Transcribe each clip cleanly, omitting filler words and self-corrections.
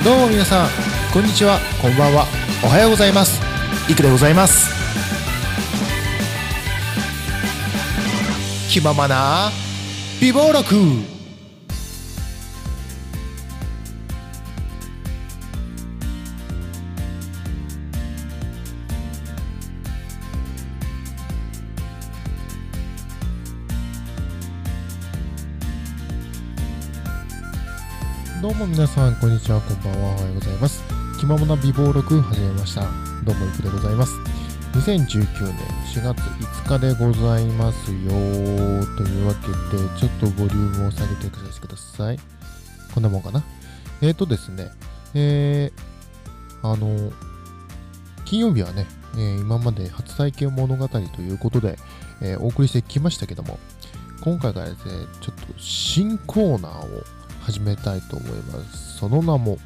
どうも皆さん、こんにちは、こんばんは、おはようございます。いくでございます。気ままな美貌録。どうも皆さん、こんにちは、こんばんは、おはようございます。気ままな美貌録始めました。どうもいくでございます。2019年4月5日でございますよ。というわけで、ちょっとボリュームを下げてください。こんなもんかな。ですね、金曜日はね、今まで初体験物語ということで、お送りしてきましたけども、今回からですね、ちょっと新コーナーを始めたいと思います。その名も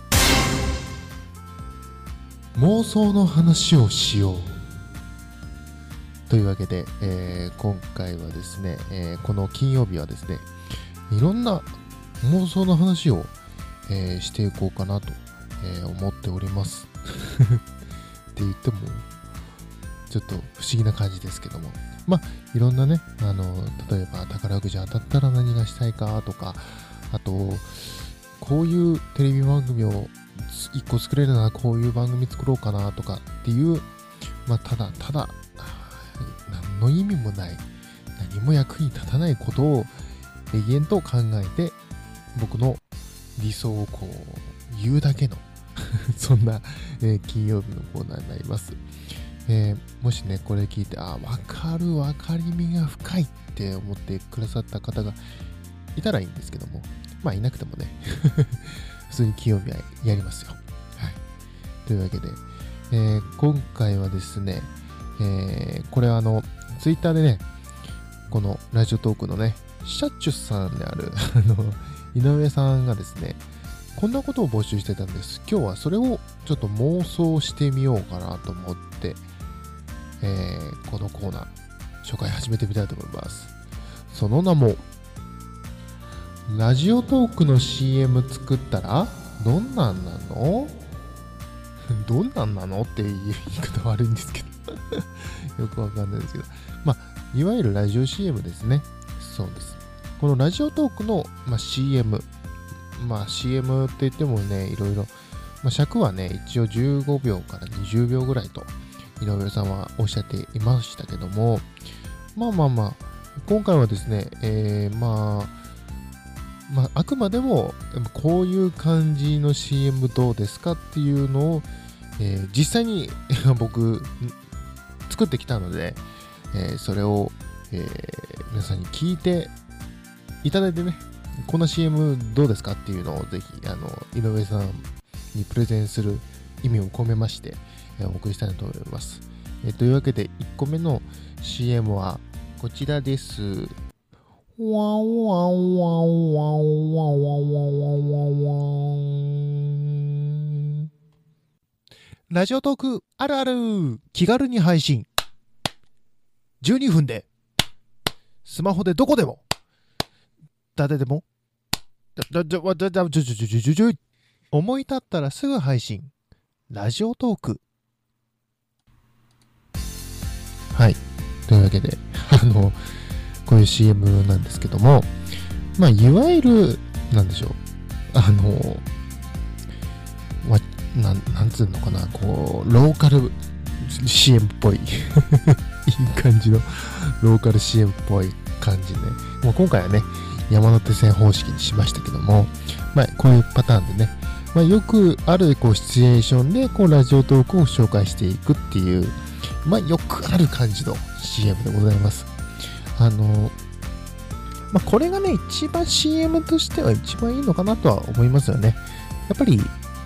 妄想の話をしようというわけで、今回はですね、この金曜日はですね、いろんな妄想の話を、していこうかなと、思っておりますって言ってもちょっと不思議な感じですけども、まあいろんなね、例えば宝くじ当たったら何がしたいかとか、あとこういうテレビ番組を1個作れるならこういう番組作ろうかなとかっていう、まあただ何の意味もない、何も役に立たないことを永遠と考えて僕の理想をこう言うだけのそんな、金曜日のコーナーになります。もしねこれ聞いて分かりみが深いって思ってくださった方がいたらいいんですけども、まあいなくてもね普通に金曜日はやりますよ。はい。というわけで、今回はですね、これツイッターでね、このラジオトークのね、シャッチュさんである井上さんがですね、こんなことを募集してたんです。今日はそれをちょっと妄想してみようかなと思って、このコーナー紹介始めてみたいと思います。その名もラジオトークの CM 作ったらどんなんなのどんなんなのっていう言い方悪いんですけどよくわかんないですけど、まあいわゆるラジオ CM ですね。そうです。このラジオトークの、CM、CM って言ってもね、いろいろ、尺はね一応15秒から20秒ぐらいと井上さんはおっしゃっていましたけども、今回はですね、あくまでもこういう感じの CM どうですかっていうのを、実際に僕作ってきたので、それを、皆さんに聞いていただいてね、こんな CM どうですかっていうのをぜひ井上さんにプレゼンする意味を込めまして、お送りしたいと思います。というわけで1個目の CM はこちらです。ワンワンワンワンワンワンワンワン。ラジオトークあるある、気軽に配信12分でスマホでどこでも誰でも思い立ったらすぐ配信ラジオトーク。はい、というわけでこういう CM なんですけども、いわゆる、なんでしょう。なんつうのかな、こう、ローカル CM っぽい。いい感じのローカル CM っぽい感じで、もう今回はね、山手線方式にしましたけども、こういうパターンでね、よくあるこうシチュエーションで、こう、ラジオトークを紹介していくっていう、よくある感じの CM でございます。これがね、一番 CM としては一番いいのかなとは思いますよね。やっぱり、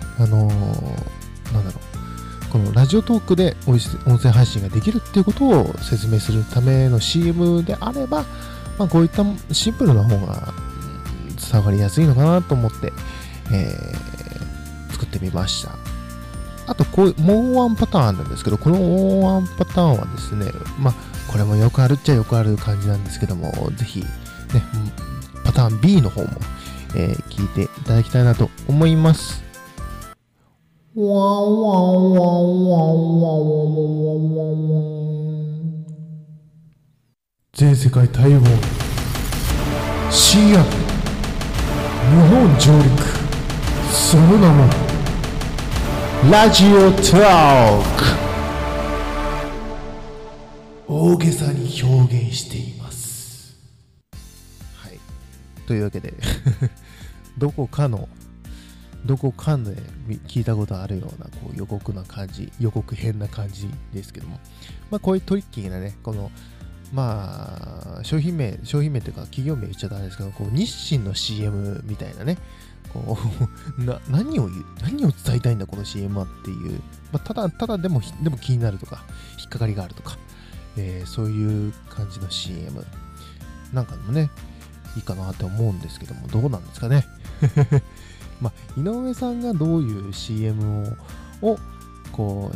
このラジオトークで音声配信ができるっていうことを説明するための CM であれば、こういったシンプルな方が伝わりやすいのかなと思って、作ってみました。あと、もうワンパターンなんですけど、このもうワンパターンはですね、これもよくあるっちゃよくある感じなんですけども、ぜひ、ね、パターン B の方も、聞いていただきたいなと思います。 ワンワンワンワンワンワンワンワン。全世界待望、深夜日本上陸、その名もラジオトーク。大げさに表現しています。はい、というわけでどこかで聞いたことあるようなこう予告編な感じですけども、こういうトリッキーなね、この商品名というか企業名言っちゃダメですけど、こう日清の CM みたいなね、こう何を伝えたいんだこの CM はっていう、ただでも気になるとか引っかかりがあるとか、そういう感じの CM なんかでもねいいかなって思うんですけども、どうなんですかね井上さんがどういう CM をこう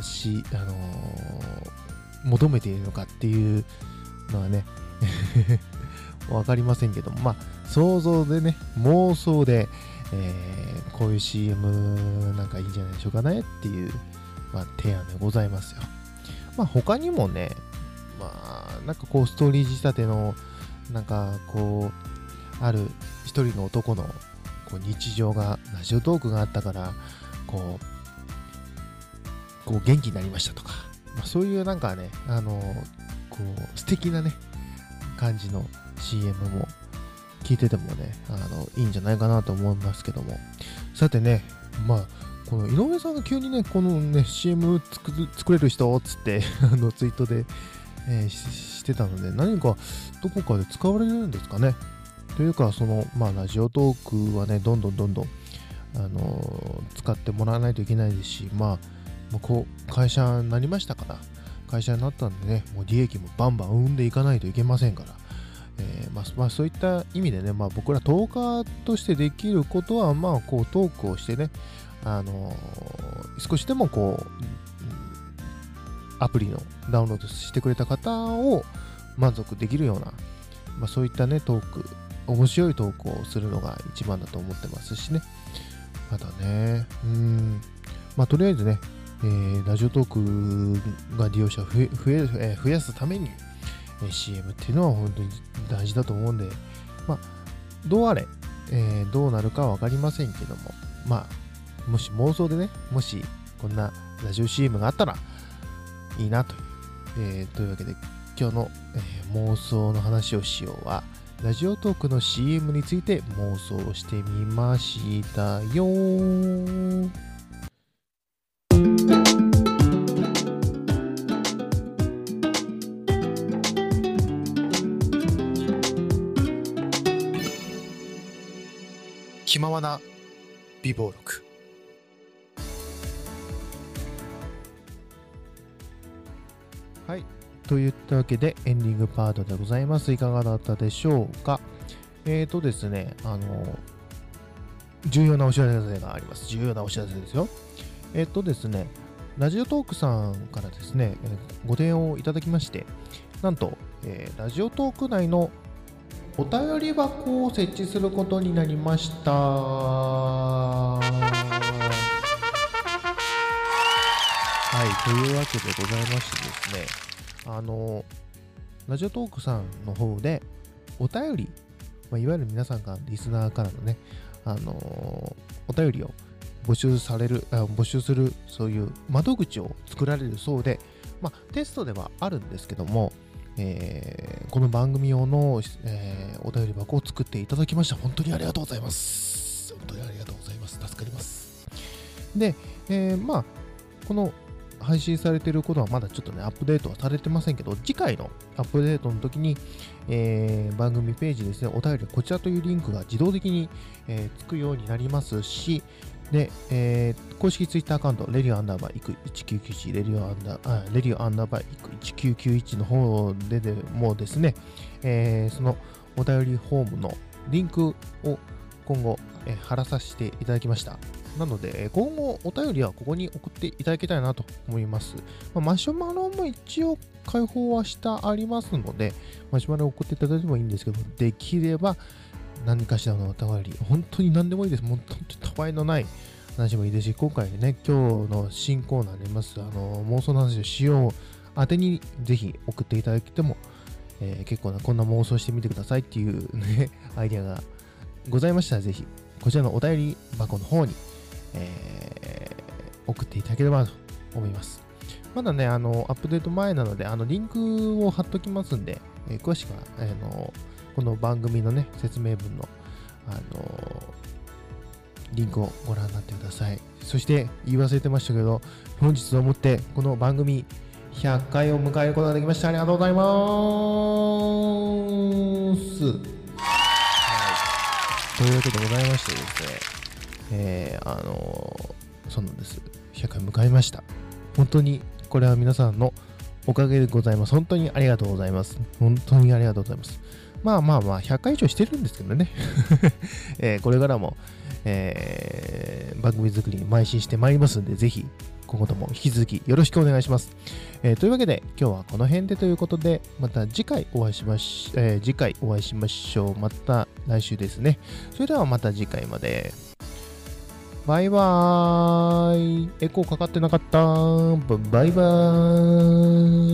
求めているのかっていうのはねわかりませんけども、想像でね、妄想で、こういう CM なんかいいんじゃないでしょうかねっていう、提案でございますよ。他にもね、なんかこうストーリー仕立てのなんかこうある一人の男のこう日常がラジオトークがあったからこう元気になりましたとか、そういうなんかねこう素敵なね感じの CM も聞いててもねいいんじゃないかなと思いますけども、さてね、この井上さんが急にねこのね CM 作れる人っつってツイートで、してたので、何かどこかで使われるんですかね。というかラジオトークはねどんどん使ってもらわないといけないですし、こう会社になりましたから、会社になったんでね、もう利益もバンバン生んでいかないといけませんから、そういった意味でね、僕らトーカーとしてできることはこうトークをしてね、少しでもこうアプリのダウンロードしてくれた方を満足できるような、そういったねトーク、面白いトークをするのが一番だと思ってますしね。まだね、とりあえずね、ラジオトークが利用者を増やすために、CM っていうのは本当に大事だと思うんで、どうあれ、どうなるかは分かりませんけども、もし妄想でね、もしこんなラジオ CM があったらいいなという、というわけで今日の、妄想の話をしようはラジオトークの CM について妄想してみましたよ。気ままな美貌録。はい、といったわけでエンディングパートでございます。いかがだったでしょうか。ですね、重要なお知らせがあります。重要なお知らせですよ。ですね、ラジオトークさんからですね、ご提案をいただきまして、なんと、ラジオトーク内のお便り箱を設置することになりました。はい、というわけでございましてですね、ラジオトークさんの方でお便り、いわゆる皆さんがリスナーからのね、お便りを募集するそういう窓口を作られるそうで、テストではあるんですけども、この番組用の、お便り箱を作っていただきました。本当にありがとうございます。本当にありがとうございます。助かります。で、この配信されていることはまだちょっとねアップデートはされてませんけど、次回のアップデートの時に、番組ページですね、お便りこちらというリンクが自動的に、つくようになりますし、で、公式ツイッターアカウント、レディオアンダーバーイク1991、レディオアンダーバーイク1991の方でもですね、そのお便りフォームのリンクを今後、貼らさせていただきました。なので、今後お便りはここに送っていただきたいなと思います。マシュマロも一応開放はしてありますので、マシュマロを送っていただいてもいいんですけど、できれば何かしらのお便り、本当に何でもいいです。もう本当にたわいのない話もいいですし、今回ね、今日の新コーナーにあります、妄想の話をしよう宛てにぜひ送っていただいても、結構な、こんな妄想してみてくださいっていうね、アイデアがございましたら、ぜひ、こちらのお便り箱の方に、送っていただければと思います。まだね、アップデート前なので、リンクを貼っときますんで、詳しくは、この番組のね、説明文の、リンクをご覧になってください。そして言い忘れてましたけど、本日をもってこの番組100回を迎えることができました。ありがとうございます。はい、というわけでございましてですね、そうなんです。100回迎えました。本当にこれは皆さんのおかげでございます。本当にありがとうございます。本当にありがとうございます。まあ100回以上してるんですけどね。これからも、番組作りに邁進してまいりますので、ぜひ今後とも引き続きよろしくお願いします。というわけで今日はこの辺でということで、また次回お会いしましょう。また来週ですね。それではまた次回まで。バイバーイ。エコーかかってなかった。バイバーイ。